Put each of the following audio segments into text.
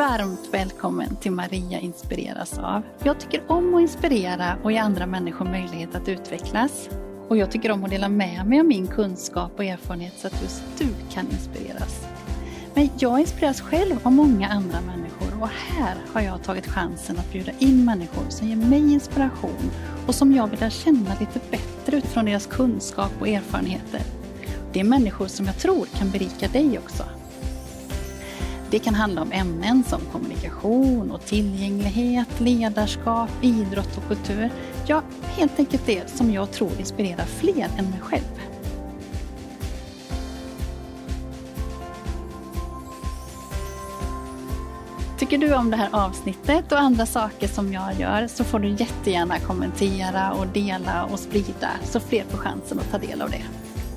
Varmt välkommen till Maria inspireras av. Jag tycker om att inspirera och ge andra människor möjlighet att utvecklas. Och jag tycker om att dela med mig av min kunskap och erfarenhet så att just du kan inspireras. Men jag inspireras själv av många andra människor och här har jag tagit chansen att bjuda in människor som ger mig inspiration och som jag vill lära känna lite bättre utifrån deras kunskap och erfarenheter. Det är människor som jag tror kan berika dig också. Det kan handla om ämnen som kommunikation och tillgänglighet, ledarskap, idrott och kultur. Ja, helt enkelt det som jag tror inspirerar fler än mig själv. Tycker du om det här avsnittet och andra saker som jag gör så får du jättegärna kommentera och dela och sprida så fler får chansen att ta del av det.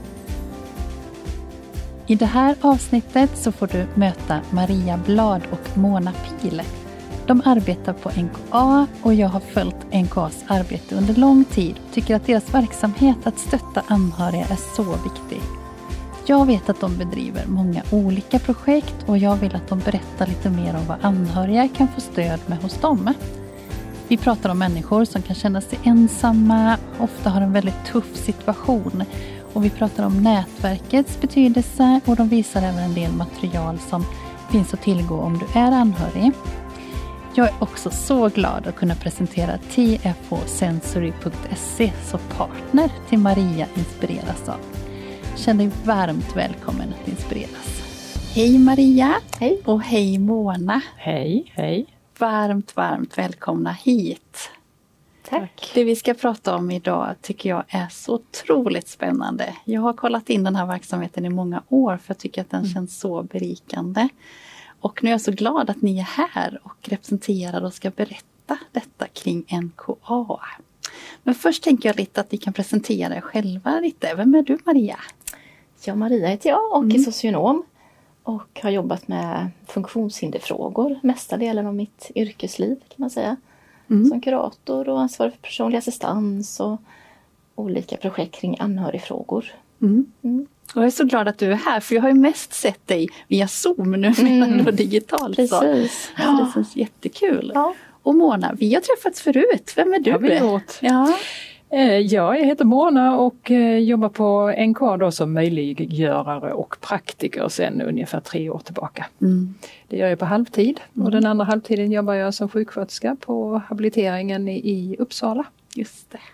I det här avsnittet så får du möta Maria Blad och Mona Pile. De arbetar på NKA och jag har följt NKAs arbete under lång tid och tycker att deras verksamhet att stötta anhöriga är så viktig. Jag vet att de bedriver många olika projekt och jag vill att de berättar lite mer om vad anhöriga kan få stöd med hos dem. Vi pratar om människor som kan känna sig ensamma, ofta har en väldigt tuff situation. Och vi pratar om nätverkets betydelse och de visar även en del material som finns att tillgå om du är anhörig. Jag är också så glad att kunna presentera tfosensory.se som partner till Maria inspireras av. Känn dig varmt välkommen att inspireras. Hej Maria! Hej! Och hej Mona! Hej, hej! Varmt välkomna hit! Tack! Det vi ska prata om idag tycker jag är så otroligt spännande. Jag har kollat in den här verksamheten i många år för jag tycker att den känns så berikande. Och nu är jag så glad att ni är här och representerar och ska berätta detta kring NKA. Men först tänker jag lite att ni kan presentera er själva lite. Vem är du Maria? Ja, Maria heter jag och är socionom och har jobbat med funktionshinderfrågor mesta delen av mitt yrkesliv kan man säga. Som kurator och ansvarig för personlig assistans och olika projekt kring anhörigfrågor. Och jag är så glad att du är här för jag har ju mest sett dig via Zoom nu medan du var digitalt. Precis. Det känns jättekul. Ja. Och Mona, vi har träffats förut. Vem är du? Har vi gjort. Ja. Jag heter Mona och jobbar på NK då som möjliggörare och praktiker sedan ungefär 3 år tillbaka. Det gör jag på halvtid och den andra halvtiden jobbar jag som sjuksköterska på habiliteringen i Uppsala. Just det.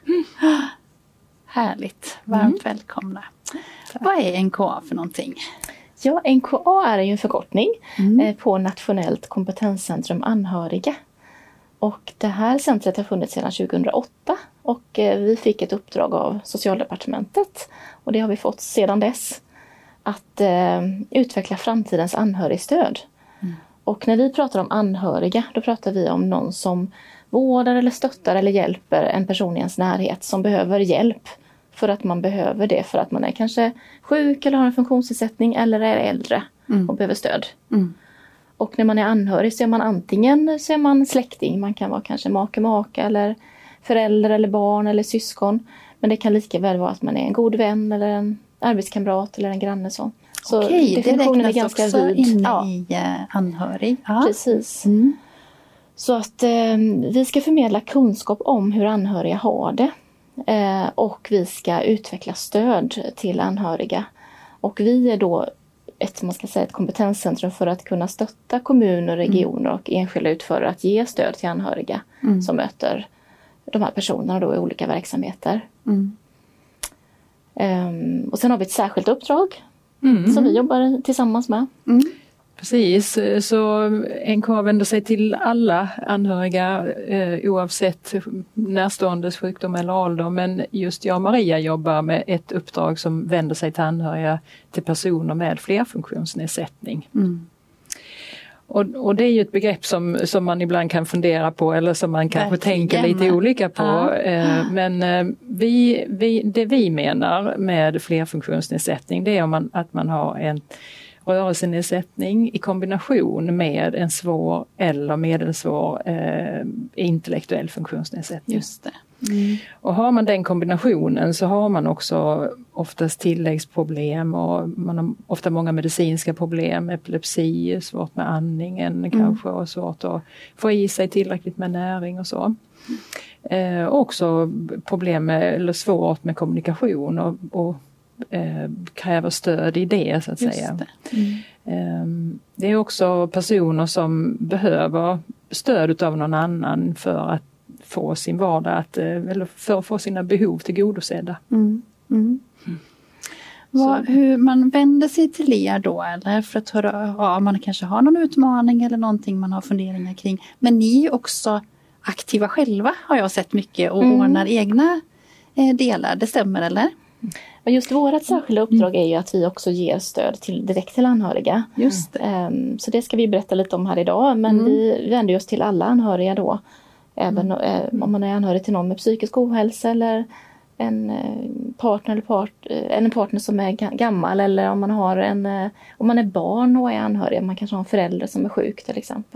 Härligt. Varmt välkomna. Vad är NKA för någonting? Ja, NKA är ju en förkortning på Nationellt kompetenscentrum anhöriga. Och det här centret har funnits sedan 2008 och vi fick ett uppdrag av Socialdepartementet och det har vi fått sedan dess att utveckla framtidens anhörigstöd. Och när vi pratar om anhöriga då pratar vi om någon som vårdar eller stöttar eller hjälper en person i ens närhet som behöver hjälp för att man behöver det för att man är kanske sjuk eller har en funktionsnedsättning eller är äldre och behöver stöd. Och när man är anhörig så är man antingen så är man släkting, man kan vara kanske maka eller förälder eller barn eller syskon. Men det kan lika väl vara att man är en god vän eller en arbetskamrat eller en granne så. Så okej, definitionen det är ganska också vid. inne i anhörig. Ja. Precis. Så att vi ska förmedla kunskap om hur anhöriga har det. Och vi ska utveckla stöd till anhöriga. Och vi är då ett kompetenscentrum för att kunna stötta kommuner, regioner och enskilda utförare att ge stöd till anhöriga som möter de här personerna då i olika verksamheter. Och sen har vi ett särskilt uppdrag som vi jobbar tillsammans med. Precis, så NK vänder sig till alla anhöriga oavsett närståendes sjukdom eller ålder. Men just jag och Maria jobbar med ett uppdrag som vänder sig till anhöriga till personer med flerfunktionsnedsättning. Och det är ju ett begrepp som man ibland kan fundera på eller som man kanske tänker lite olika på. Men det vi menar med flerfunktionsnedsättning det är att man har en rörelsenedsättning i kombination med en svår eller medelsvår intellektuell funktionsnedsättning. Just det. Och har man den kombinationen så har man också oftast tilläggsproblem och man har ofta många medicinska problem, epilepsi, svårt med andningen kanske och svårt att få i sig tillräckligt med näring och så. Också problem med, eller svårt med kommunikation och kräver stöd i det så att säga. Det är också personer som behöver stöd av någon annan för att få sin vardag eller för att få sina behov tillgodosedda. Hur man vänder sig till er då, eller för att höra man kanske har någon utmaning eller någonting man har funderingar kring. Men ni är också aktiva själva har jag sett mycket och ordnar egna delar, det stämmer eller? Just vårt särskilda uppdrag är ju att vi också ger stöd direkt till anhöriga. Just det. Så det ska vi berätta lite om här idag, men vi vänder oss till alla anhöriga då. Även om man är anhörig till någon med psykisk ohälsa eller en partner som är gammal, eller om man är barn och är anhörig, man kanske har en förälder som är sjuk till exempel.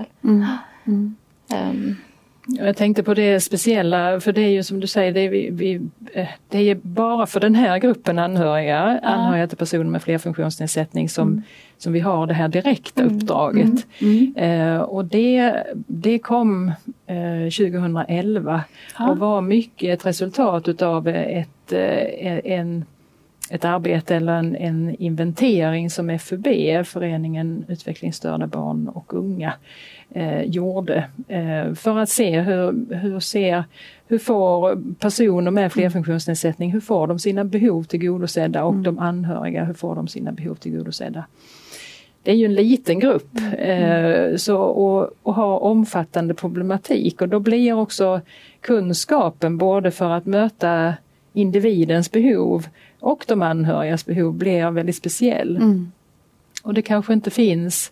Jag tänkte på det speciella, för det är ju som du säger, det är bara för den här gruppen anhöriga till personer med flerfunktionsnedsättning som vi har det här direkta uppdraget. Och det kom 2011 och var mycket ett resultat utav ett arbete eller en inventering som FUB, Föreningen Utvecklingsstörda barn och unga, gjorde för att se hur får personer med flerfunktionsnedsättning, hur får de sina behov tillgodosedda och de anhöriga, hur får de sina behov tillgodosedda. Det är ju en liten grupp och har omfattande problematik, och då blir också kunskapen både för att möta individens behov och de anhörigas behov blir väldigt speciell. Och det kanske inte finns,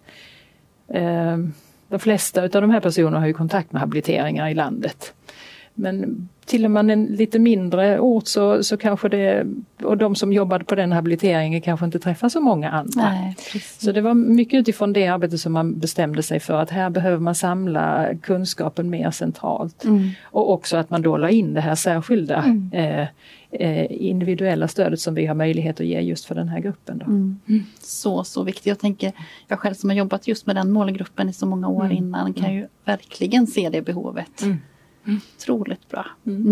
de flesta av de här personerna har ju kontakt med habiliteringar i landet. Men till och med en lite mindre ort så kanske det, och de som jobbade på den habiliteringen kanske inte träffar så många andra. Nej, så det var mycket utifrån det arbetet som man bestämde sig för att här behöver man samla kunskapen mer centralt. Och också att man då la in det här särskilda individuella stödet som vi har möjlighet att ge just för den här gruppen. Då. Så viktigt. Jag tänker, jag själv som har jobbat just med den målgruppen i så många år innan kan ju verkligen se det behovet. Otroligt bra.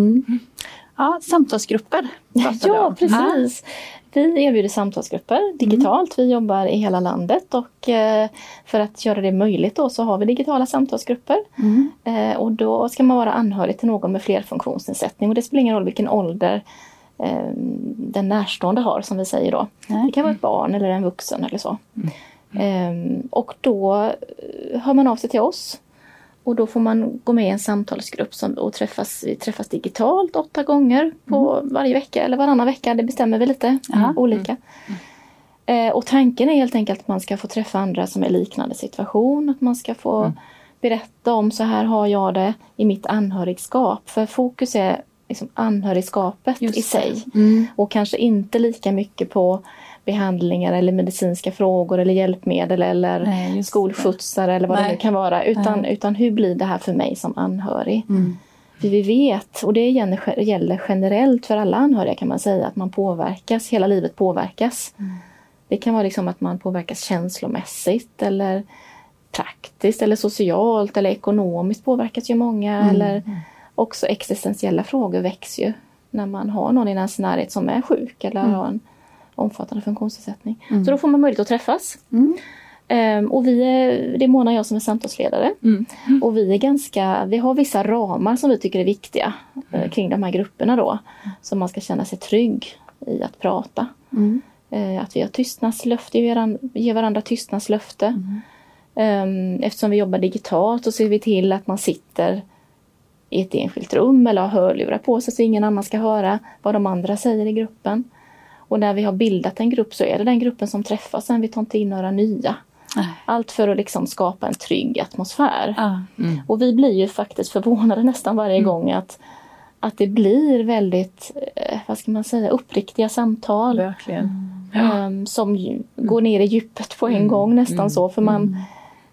Ja, samtalsgrupper. Ja, precis. Vi erbjuder samtalsgrupper digitalt. Vi jobbar i hela landet, och för att göra det möjligt då så har vi digitala samtalsgrupper. Och då ska man vara anhörig till någon med flerfunktionsnedsättning, och det spelar ingen roll vilken ålder den närstående har, som vi säger då. Det kan vara ett barn eller en vuxen eller så. Och då hör man av sig till oss. Och då får man gå med i en samtalsgrupp och vi träffas digitalt 8 gånger på varje vecka eller varannan vecka. Det bestämmer vi lite olika. Och tanken är helt enkelt att man ska få träffa andra som är i liknande situation. Att man ska få berätta om, så här har jag det i mitt anhörigskap. För fokus är liksom anhörigskapet i sig. Och kanske inte lika mycket på behandlingar eller medicinska frågor eller hjälpmedel eller skolskjutsar eller vad det nu kan vara. Utan hur blir det här för mig som anhörig? För vi vet, och det gäller generellt för alla anhöriga kan man säga, att man påverkas, hela livet påverkas. Det kan vara liksom att man påverkas känslomässigt eller praktiskt eller socialt eller ekonomiskt påverkas ju många. Eller också existentiella frågor väcks ju när man har någon i ens närhet som är sjuk eller har en omfattande funktionsnedsättning. Så då får man möjlighet att träffas. Och det är Mona och jag som är samtalsledare. Och vi har vissa ramar som vi tycker är viktiga kring de här grupperna då. Så man ska känna sig trygg i att prata. Att vi har tystnadslöfte, ger varandra tystnadslöfte. Eftersom vi jobbar digitalt så ser vi till att man sitter i ett enskilt rum eller har hörlurar på sig så ingen annan ska höra vad de andra säger i gruppen. Och när vi har bildat en grupp så är det den gruppen som träffas, sen vi tar inte in några nya. Allt för att liksom skapa en trygg atmosfär. Och vi blir ju faktiskt förvånade nästan varje gång att det blir väldigt, vad ska man säga, uppriktiga samtal. Verkligen. Som går ner i djupet på en gång nästan så. För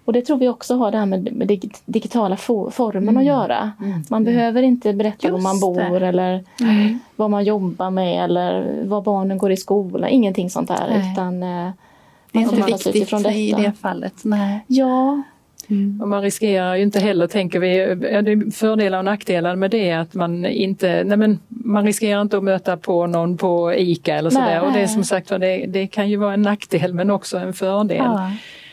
Och det tror vi också har det här med digitala formen att göra. Man behöver inte berätta var man bor eller vad man jobbar med eller var barnen går i skola. Ingenting sånt där. Utan, det är inte viktigt i det fallet. Nej. Ja. Och man riskerar ju inte heller, tänker vi, det är fördelar och nackdelar med det att man inte, man riskerar inte att möta på någon på ICA eller sådär. Och det är som sagt, det kan ju vara en nackdel men också en fördel. Ja.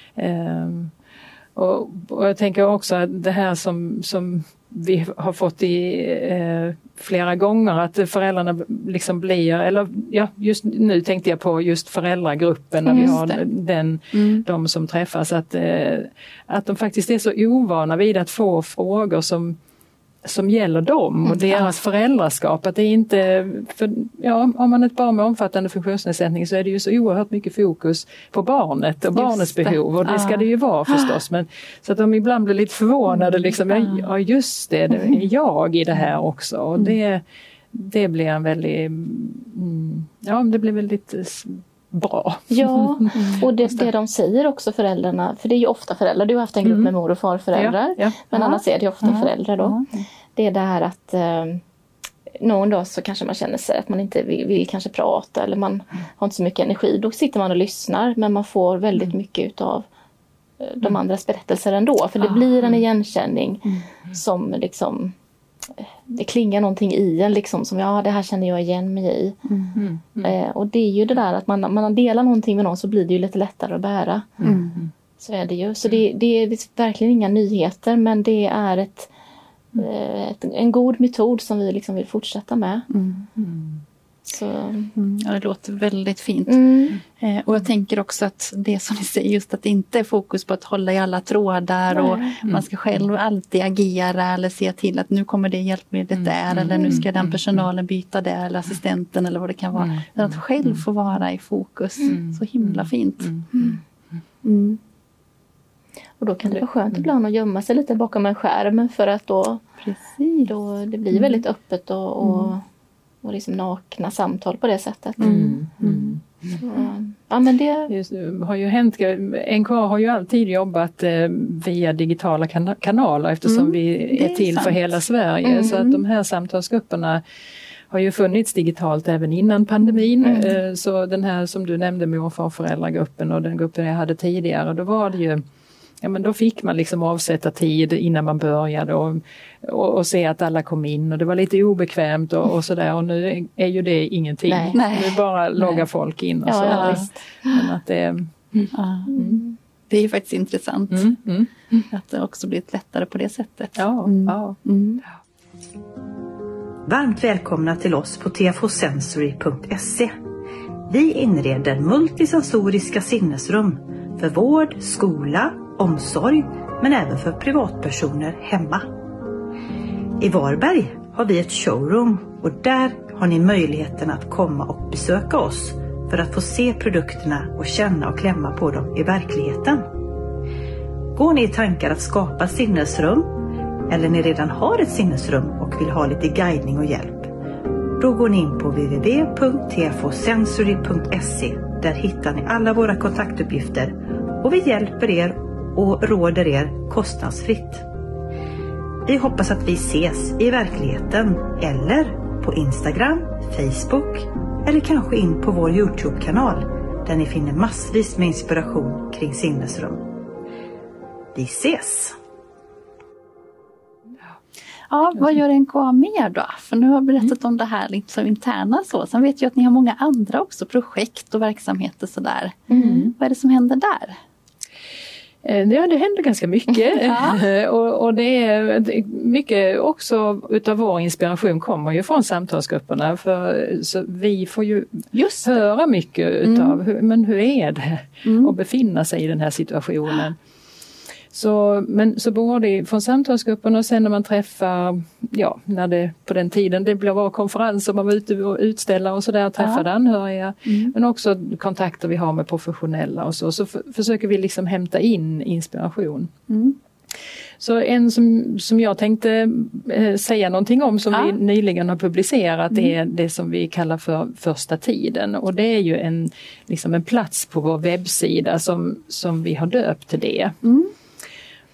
Och jag tänker också att det här som vi har fått i flera gånger att föräldrarna liksom blir, eller ja, just nu tänkte jag på just föräldragruppen när vi har de som träffas, att de faktiskt är så ovana vid att få frågor som gäller dem och deras föräldraskap. Att det är inte, har man ett barn med omfattande funktionsnedsättning så är det ju så oerhört mycket fokus på barnet och barnets behov, och det ska det ju vara förstås. Men, så att de ibland blir lite förvånade, liksom, ja just det är jag i det här också. Och det blir en väldigt, det blir väldigt bra. Ja, och det de säger också föräldrarna, för det är ju ofta föräldrar, du har haft en grupp med mor- och farföräldrar, men annars är det ofta föräldrar då. Det är det här att någon dag så kanske man känner sig att man inte vill kanske prata eller man har inte så mycket energi. Då sitter man och lyssnar, men man får väldigt mycket utav de andras berättelser ändå. För det blir en igenkänning som liksom, det klingar någonting i en liksom, som det här känner jag igen mig i. Och det är ju det där att man delar någonting med någon så blir det ju lite lättare att bära. Så är det ju. Så det är verkligen inga nyheter, men det är en god metod som vi liksom vill fortsätta med. Så. Ja, det låter väldigt fint. Och jag tänker också att det som ni säger, just att det inte är fokus på att hålla i alla trådar och man ska själv alltid agera eller se till att nu kommer det hjälpmedlet där eller nu ska den personalen byta där eller assistenten eller vad det kan vara. Att själv få vara i fokus. Så himla fint. Och då kan det vara skönt ibland att gömma sig lite bakom en skärm för att då det blir väldigt öppet och liksom nakna samtal på det sättet. Så, ja, men det just, har ju hänt. NKA har ju alltid jobbat via digitala kanaler eftersom vi är till för hela Sverige. Så att de här samtalsgrupperna har ju funnits digitalt även innan pandemin. Så den här som du nämnde, mor- och farföräldragruppen och den gruppen jag hade tidigare, då var det ju, men då fick man liksom avsätta tid innan man började och se att alla kom in, och det var lite obekvämt och sådär, och nu är ju det ingenting. Nu bara loggar folk in och så. Men att det är ju faktiskt intressant att det också blir lättare på det sättet. Varmt välkomna till oss på tfosensory.se. Vi inreder multisensoriska sinnesrum för vård, skola, omsorg, men även för privatpersoner hemma. I Varberg har vi ett showroom och där har ni möjligheten att komma och besöka oss för att få se produkterna och känna och klämma på dem i verkligheten. Går ni i tankar att skapa sinnesrum eller ni redan har ett sinnesrum och vill ha lite guidning och hjälp, då går ni in på www.tfosensory.se. Där hittar ni alla våra kontaktuppgifter och vi hjälper er och råder er kostnadsfritt. Vi hoppas att vi ses i verkligheten eller på Instagram, Facebook eller kanske in på vår YouTube-kanal där ni finner massvis med inspiration kring sinnesrum. Vi ses! Ja, vad gör NKA mer då? För nu har jag berättat om det här lite så interna så. Sen vet jag att ni har många andra också, projekt och verksamheter sådär. Vad är det som händer där? Ja, det händer ganska mycket. och det är mycket också utav vår inspiration kommer ju från samtalsgrupperna, för så vi får ju höra mycket utav hur är det att befinna sig i den här situationen. Så både från samtalsgruppen och sen när man träffar, när det på den tiden det var konferenser, man var ute och utställa och sådär, träffade anhöriga, men också kontakter vi har med professionella och så försöker vi liksom hämta in inspiration. Så en som jag tänkte säga någonting om som vi nyligen har publicerat är det som vi kallar för första tiden, och det är ju en plats på vår webbsida som vi har döpt till det.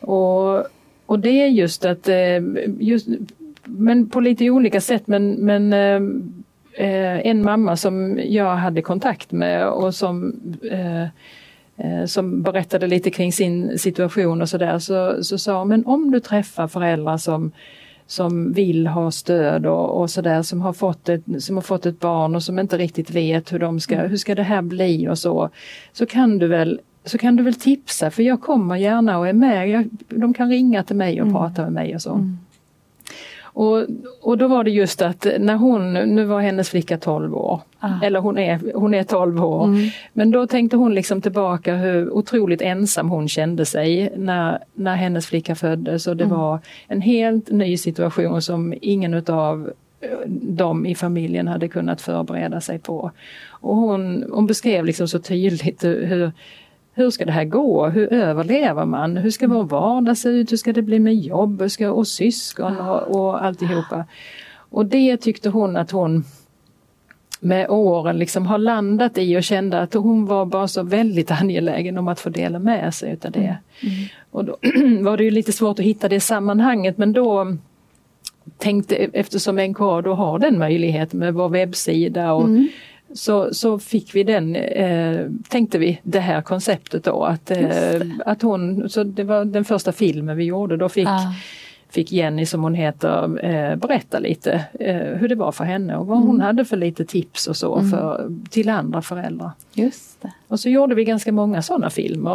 Och det är just att, men på lite olika sätt, men en mamma som jag hade kontakt med och som berättade lite kring sin situation och sådär, så sa, men om du träffar föräldrar som vill ha stöd och sådär, som har fått ett barn och som inte riktigt vet hur ska det här bli och så kan du väl tipsa, för jag kommer gärna och är med. De kan ringa till mig och prata med mig och så. Och då var det just att när nu var hennes flicka 12 år, eller hon är 12 år, men då tänkte hon liksom tillbaka hur otroligt ensam hon kände sig när hennes flicka föddes, och det var en helt ny situation som ingen utav de i familjen hade kunnat förbereda sig på. Och hon beskrev liksom så tydligt hur ska det här gå? Hur överlever man? Hur ska vår vardag se ut? Hur ska det bli med jobb och syskon och alltihopa? Och det tyckte hon att hon med åren liksom har landat i, och kände att hon var bara så väldigt angelägen om att få dela med sig utav det. Och då var det ju lite svårt att hitta det sammanhanget, men då tänkte, eftersom NK då har den möjligheten med vår webbsida och så fick vi tänkte vi det här konceptet då, att hon, så det var den första filmen vi gjorde, då fick Jenny, som hon heter, berätta lite hur det var för henne och vad hon hade för lite tips och så till andra föräldrar. Just det. Och så gjorde vi ganska många sådana filmer,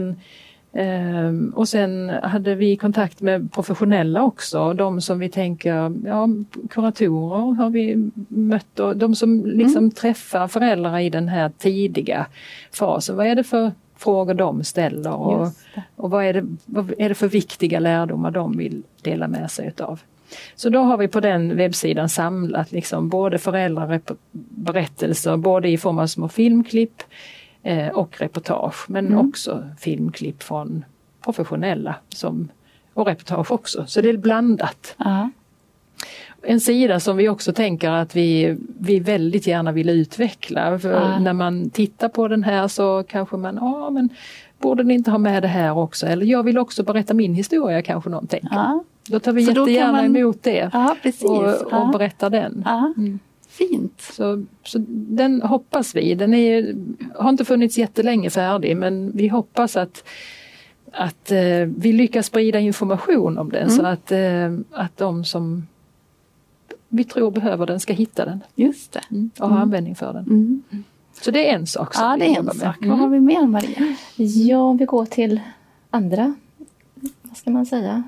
och sen hade vi kontakt med professionella också, de som vi tänker, kuratorer har vi mött, och de som liksom träffar föräldrar i den här tidiga fasen. Vad är det för frågor de ställer och vad är det för viktiga lärdomar de vill dela med sig utav. Så då har vi på den webbsidan samlat liksom både föräldraberättelser, både i form av små filmklipp och reportage, men också filmklipp från professionella och reportage också. Så det är blandat. En sida som vi också tänker att vi väldigt gärna vill utveckla. För när man tittar på den här så kanske man, men borde ni inte ha med det här också? Eller jag vill också berätta min historia, kanske någon tänker. Då tar vi jättegärna emot det och berättar den. Fint. Så den hoppas vi. Den har inte funnits jättelänge färdig, men vi hoppas att vi lyckas sprida information om den så att de som vi tror behöver den ska hitta den. Just det. Och ha användning för den. Så det är en sak som det är en sak. Vad har vi mer, Maria? Ja, om vi går till andra, vad ska man säga?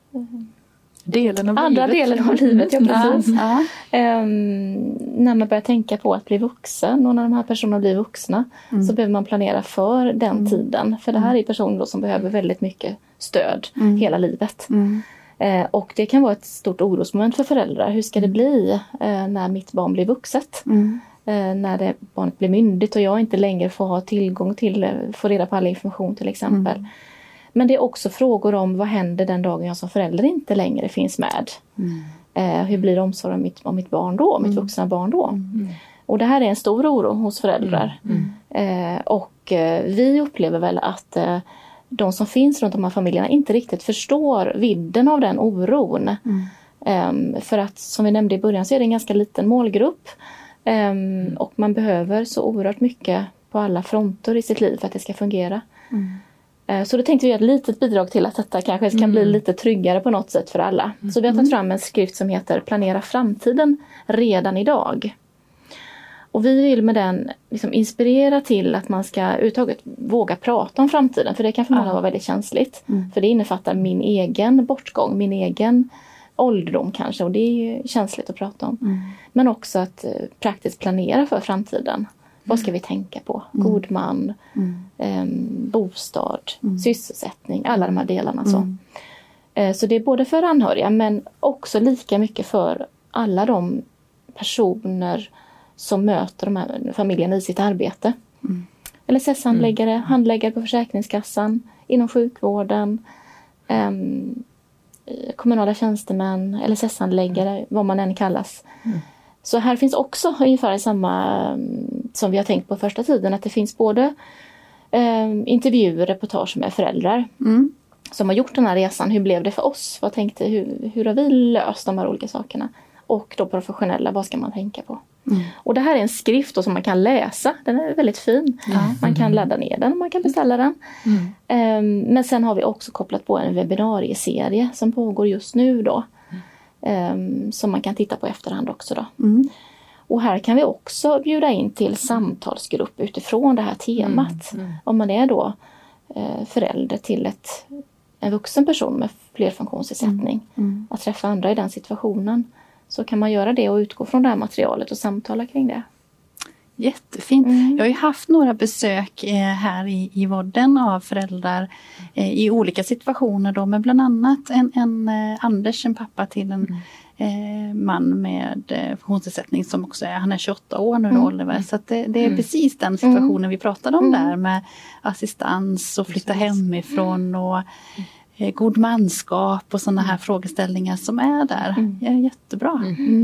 Andra delen av livet, ja precis. När man börjar tänka på att bli vuxen och när de här personerna blir vuxna så behöver man planera för den tiden. För det här är personer som behöver väldigt mycket stöd hela livet. Och det kan vara ett stort orosmoment för föräldrar. Hur ska det bli när mitt barn blir vuxet? När barnet blir myndigt och jag inte längre får ha tillgång till, få reda på all information till exempel. Men det är också frågor om vad händer den dagen jag som förälder inte längre finns med. Hur blir omsorgen om mitt barn då, mitt vuxna barn då? Och det här är en stor oro hos föräldrar. Och vi upplever väl att de som finns runt de här familjerna inte riktigt förstår vidden av den oron. För att som vi nämnde i början så är det en ganska liten målgrupp. Och man behöver så oerhört mycket på alla fronter i sitt liv för att det ska fungera. Så då tänkte vi ett litet bidrag till att detta kanske kan bli lite tryggare på något sätt för alla. Så vi har tagit fram en skrift som heter Planera framtiden redan idag. Och vi vill med den liksom inspirera till att man ska överhuvudtaget våga prata om framtiden. För det kan för många vara väldigt känsligt. För det innefattar min egen bortgång, min egen ålderdom kanske. Och det är ju känsligt att prata om. Men också att praktiskt planera för framtiden. Vad ska vi tänka på? God man, bostad, sysselsättning, alla de här delarna. Så det är både för anhöriga men också lika mycket för alla de personer som möter de här familjerna i sitt arbete. LSS-handläggare, handläggare på Försäkringskassan, inom sjukvården, kommunala tjänstemän, LSS-handläggare, vad man än kallas. Så här finns också ungefär samma som vi har tänkt på första tiden, att det finns både intervjuer, reportage med föräldrar som har gjort den här resan. Hur blev det för oss? Hur har vi löst de här olika sakerna? Och då professionella, vad ska man tänka på? Och det här är en skrift då som man kan läsa. Den är väldigt fin. Man kan ladda ner den och man kan beställa den. Men sen har vi också kopplat på en webbinarieserie som pågår just nu då. Som man kan titta på efterhand också då. Och här kan vi också bjuda in till samtalsgrupp utifrån det här temat. Om man är då förälder till en vuxen person med flerfunktionsnedsättning. Att träffa andra i den situationen. Så kan man göra det och utgå från det här materialet och samtala kring det. Jättefint. Jag har ju haft några besök här i vodden av föräldrar i olika situationer då, men bland annat en Anders, en pappa till en man med funktionsnedsättning som också han är 28 år nu då, Oliver. Så att det är precis den situationen vi pratade om där med assistans och flytta hemifrån och god manskap och sådana här frågeställningar som är där. Ja, jättebra.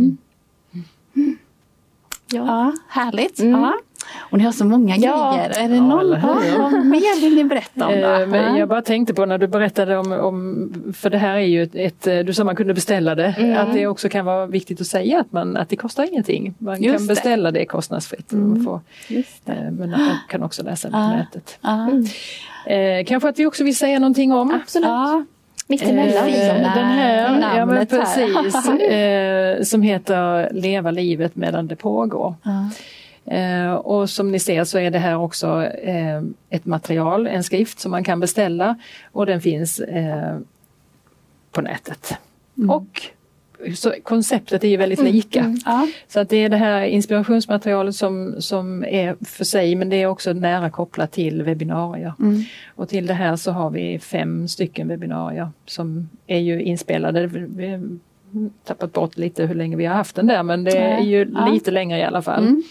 Ja, härligt. Ja. Och ni har så många grejer. Är det någon mer vill ni berätta om det? Men jag bara tänkte på när du berättade om för det här är ju du sa man kunde beställa det. Att det också kan vara viktigt att säga att det kostar ingenting. Man kan beställa det kostnadsfritt. Men man kan också läsa det på nätet. Kanske att vi också vill säga någonting om. Absolut. Mitt emellan. Den här, precis, som heter Leva livet medan det pågår. Och som ni ser så är det här också ett material, en skrift som man kan beställa och den finns på nätet. Och så konceptet är ju väldigt lika. Så att det är det här inspirationsmaterialet som är för sig, men det är också nära kopplat till webbinarier. Och till det här så har vi 5 stycken webbinarier som är ju inspelade. Vi har tappat bort lite hur länge vi har haft den där, men det är ju lite längre i alla fall.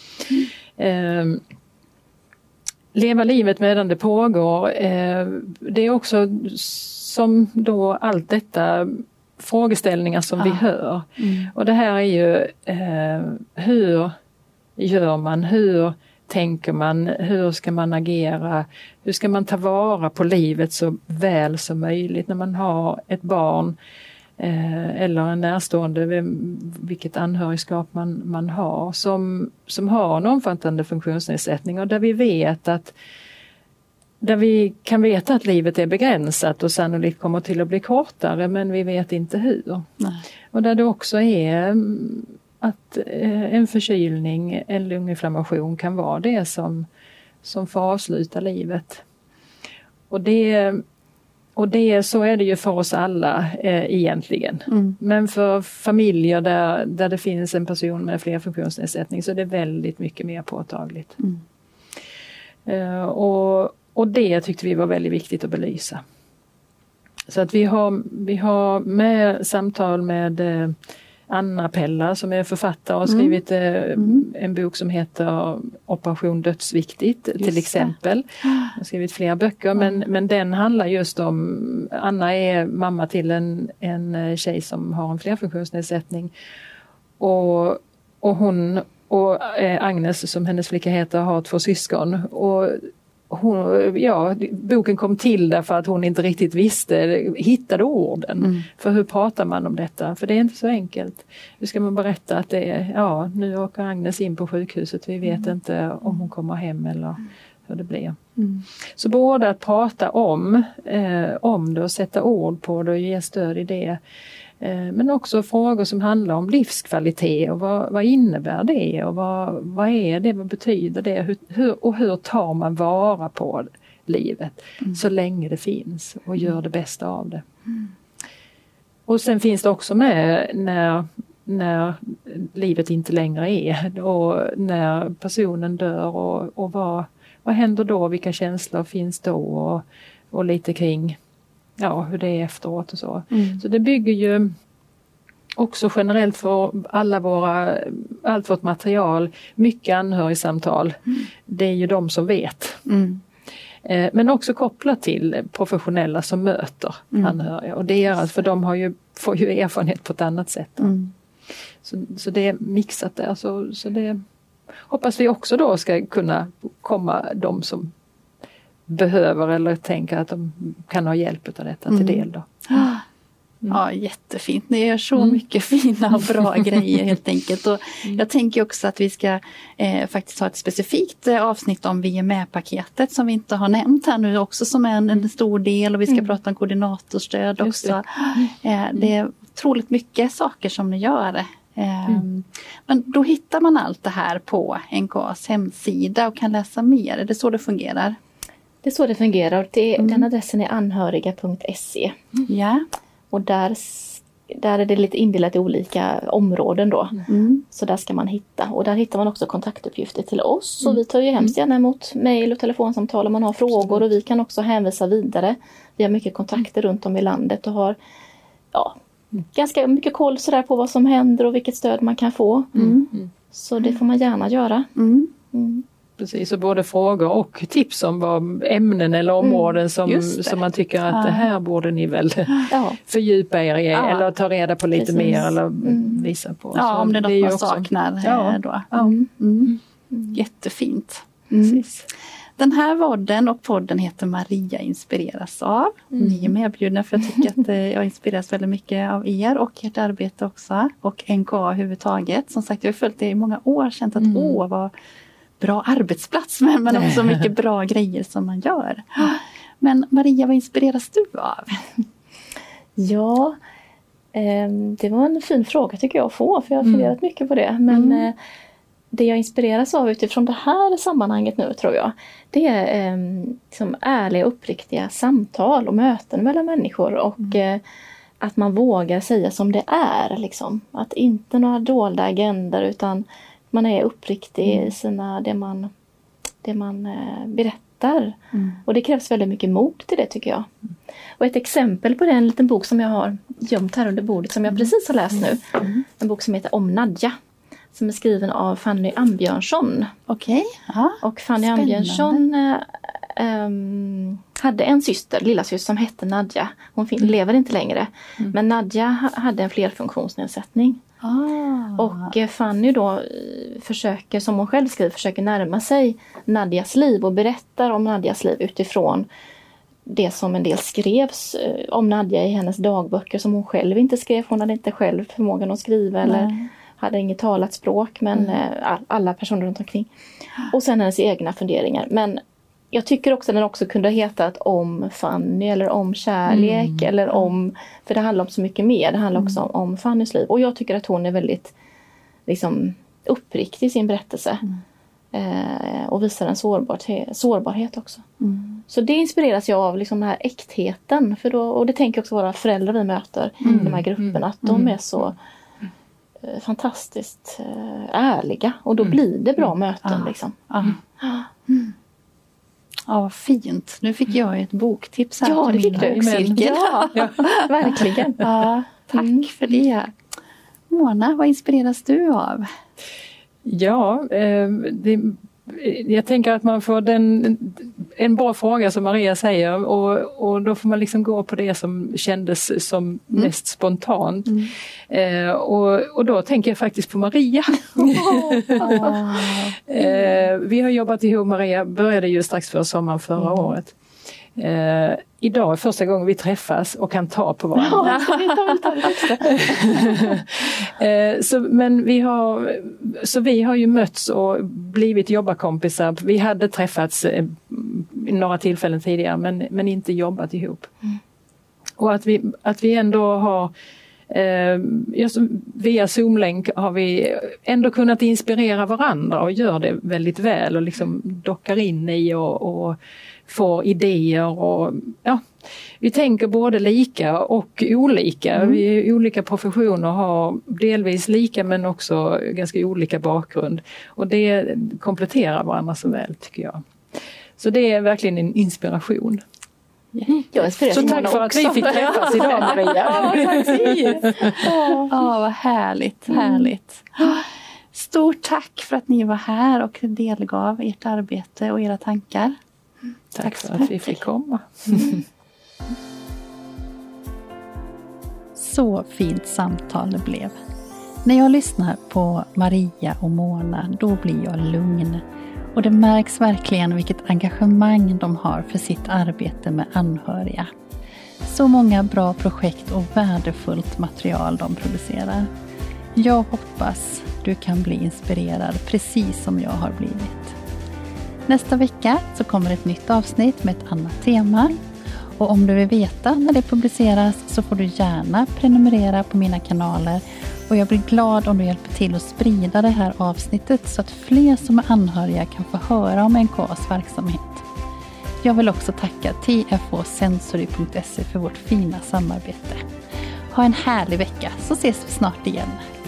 Leva livet medan det pågår. Det är också som då allt detta frågeställningar som vi hör. Och det här är ju hur gör man, hur tänker man, hur ska man agera, hur ska man ta vara på livet så väl som möjligt när man har ett barn eller en närstående, vilket anhörigskap man har som har en omfattande funktionsnedsättning och där vi kan veta att livet är begränsat och sannolikt kommer till att bli kortare, men vi vet inte hur. Och där det också är att en förkylning, en lunginflammation kan vara det som får avsluta livet. Och så är det ju för oss alla egentligen. Men för familjer där det finns en person med flerfunktionsnedsättning så är det väldigt mycket mer påtagligt. Och det tyckte vi var väldigt viktigt att belysa. Så att vi har med samtal med Anna Pella som är författare och skrivit en bok som heter Operation dödsviktigt till exempel. Hon har skrivit flera böcker men den handlar just om, Anna är mamma till en tjej som har en flerfunktionsnedsättning och hon och Agnes som hennes flicka heter har 2 syskon och boken kom till därför att hon inte riktigt hittade orden. För hur pratar man om detta? För det är inte så enkelt. Hur ska man berätta att det är, nu åker Agnes in på sjukhuset, vi vet inte om hon kommer hem eller hur det blir. Så både att prata om det och sätta ord på det och ge stöd i det. Men också frågor som handlar om livskvalitet och vad innebär det och vad är det, vad betyder det, hur tar man vara på livet så länge det finns och gör det bästa av det. Och sen finns det också med när livet inte längre är och när personen dör och vad händer då, vilka känslor finns då och lite kring hur det är efteråt och så. Så det bygger ju också generellt för allt vårt material, mycket anhörigsamtal. Det är ju de som vet. Men också kopplat till professionella som möter anhöriga och deras, för de får ju erfarenhet på ett annat sätt. Så det är mixat där. Så det hoppas vi också då ska kunna komma de som behöver eller tänker att de kan ha hjälp av detta till del då. Ja, jättefint. Ni gör så mycket fina och bra grejer helt enkelt. Och jag tänker också att vi ska faktiskt ha ett specifikt avsnitt om Vi är med-paketet som vi inte har nämnt här nu också, som är en stor del, och vi ska prata om koordinatorstöd också. Det är otroligt mycket saker som ni gör. Men då hittar man allt det här på NKAs hemsida och kan läsa mer. Är det så det fungerar? Det är så det fungerar. Den adressen är anhöriga.se. Ja. Och där är det lite indelat i olika områden då. Så där ska man hitta. Och där hittar man också kontaktuppgifter till oss. Och vi tar ju hemskt gärna emot mejl och telefonsamtal om man har frågor. Och vi kan också hänvisa vidare. Vi har mycket kontakter runt om i landet och har ganska mycket koll sådär på vad som händer och vilket stöd man kan få. Så det får man gärna göra. Precis, och både frågor och tips om vad ämnen eller områden som man tycker att det här borde ni väl fördjupa er i eller ta reda på lite mer eller visa på. Ja, så om det är något man också saknar då. Jättefint. Precis. Den här podden heter Maria inspireras av. Ni är medbjudna för jag tycker att jag inspireras väldigt mycket av er och ert arbete också. Och NKA överhuvudtaget. Som sagt, jag har följt det i många år, känt att vad bra arbetsplats, men också mycket bra grejer som man gör. Men Maria, vad inspireras du av? Ja, det var en fin fråga tycker jag att få, för jag har funderat mycket på det. Men det jag inspireras av utifrån det här sammanhanget nu, tror jag, det är liksom ärliga uppriktiga samtal och möten mellan människor och att man vågar säga som det är. Liksom. Att inte några dolda agendor, utan man är uppriktig i det man berättar. Och det krävs väldigt mycket mod till det tycker jag. Och ett exempel på det är en liten bok som jag har gömt här under bordet som jag precis har läst nu. En bok som heter Om Nadja. Som är skriven av Fanny Ambjörnsson. Okej. Och Fanny Ambjörnsson hade en lilla syster som hette Nadja. Hon lever inte längre. Men Nadja hade en flerfunktionsnedsättning. Och Fanny då försöker, som hon själv skriver, försöker närma sig Nadjas liv och berättar om Nadjas liv utifrån det som en del skrevs om Nadja i hennes dagböcker som hon själv inte skrev. Hon hade inte själv förmågan att skriva eller hade inget talat språk, men alla personer runt omkring. Och sen hennes egna funderingar. Men jag tycker också att den också kunde ha hetat om Fanny eller om kärlek eller om, för det handlar om så mycket mer. Det handlar också om Fannys liv. Och jag tycker att hon är väldigt liksom, uppriktig i sin berättelse. Och visar en sårbarhet också. Så det inspireras jag av, liksom den här äktheten. För då, och det tänker också våra föräldrar vi möter i de här grupperna. Att de är så fantastiskt ärliga. Och då blir det bra möten. Liksom. Ja, vad fint. Nu fick jag ett boktips här. Ja, det fick du. Bokcirkel. Ja, verkligen. Tack för det. Mona, vad inspireras du av? Ja, jag tänker att man får en bra fråga som Maria säger och då får man liksom gå på det som kändes som mest spontant. Och då tänker jag faktiskt på Maria. Vi har jobbat ihop, Maria började ju strax före sommaren förra året. Idag är första gången vi träffas och kan ta på varandra. Vi har ju mötts och blivit jobbarkompisar. Vi hade träffats några tillfällen tidigare men inte jobbat ihop. Och att vi ändå har just via Zoom-länk har vi ändå kunnat inspirera varandra och gör det väldigt väl och liksom dockar in i och får idéer och vi tänker både lika och olika. Vi är i olika professioner har delvis lika men också ganska olika bakgrund och det kompletterar varandra så väl tycker jag. Så det är verkligen en inspiration. Så tack för att vi fick träffas idag, Maria. Vad härligt. Stort tack för att ni var här och delgav ert arbete och era tankar. Tack för att vi fick komma. Så fint samtal det blev. När jag lyssnar på Maria och Mona, då blir jag lugn. Och det märks verkligen vilket engagemang de har för sitt arbete med anhöriga. Så många bra projekt och värdefullt material de producerar. Jag hoppas du kan bli inspirerad precis som jag har blivit. Nästa vecka så kommer ett nytt avsnitt med ett annat tema. Och om du vill veta när det publiceras så får du gärna prenumerera på mina kanaler. Och jag blir glad om du hjälper till att sprida det här avsnittet så att fler som är anhöriga kan få höra om NKAs verksamhet. Jag vill också tacka tfosensory.se för vårt fina samarbete. Ha en härlig vecka så ses vi snart igen.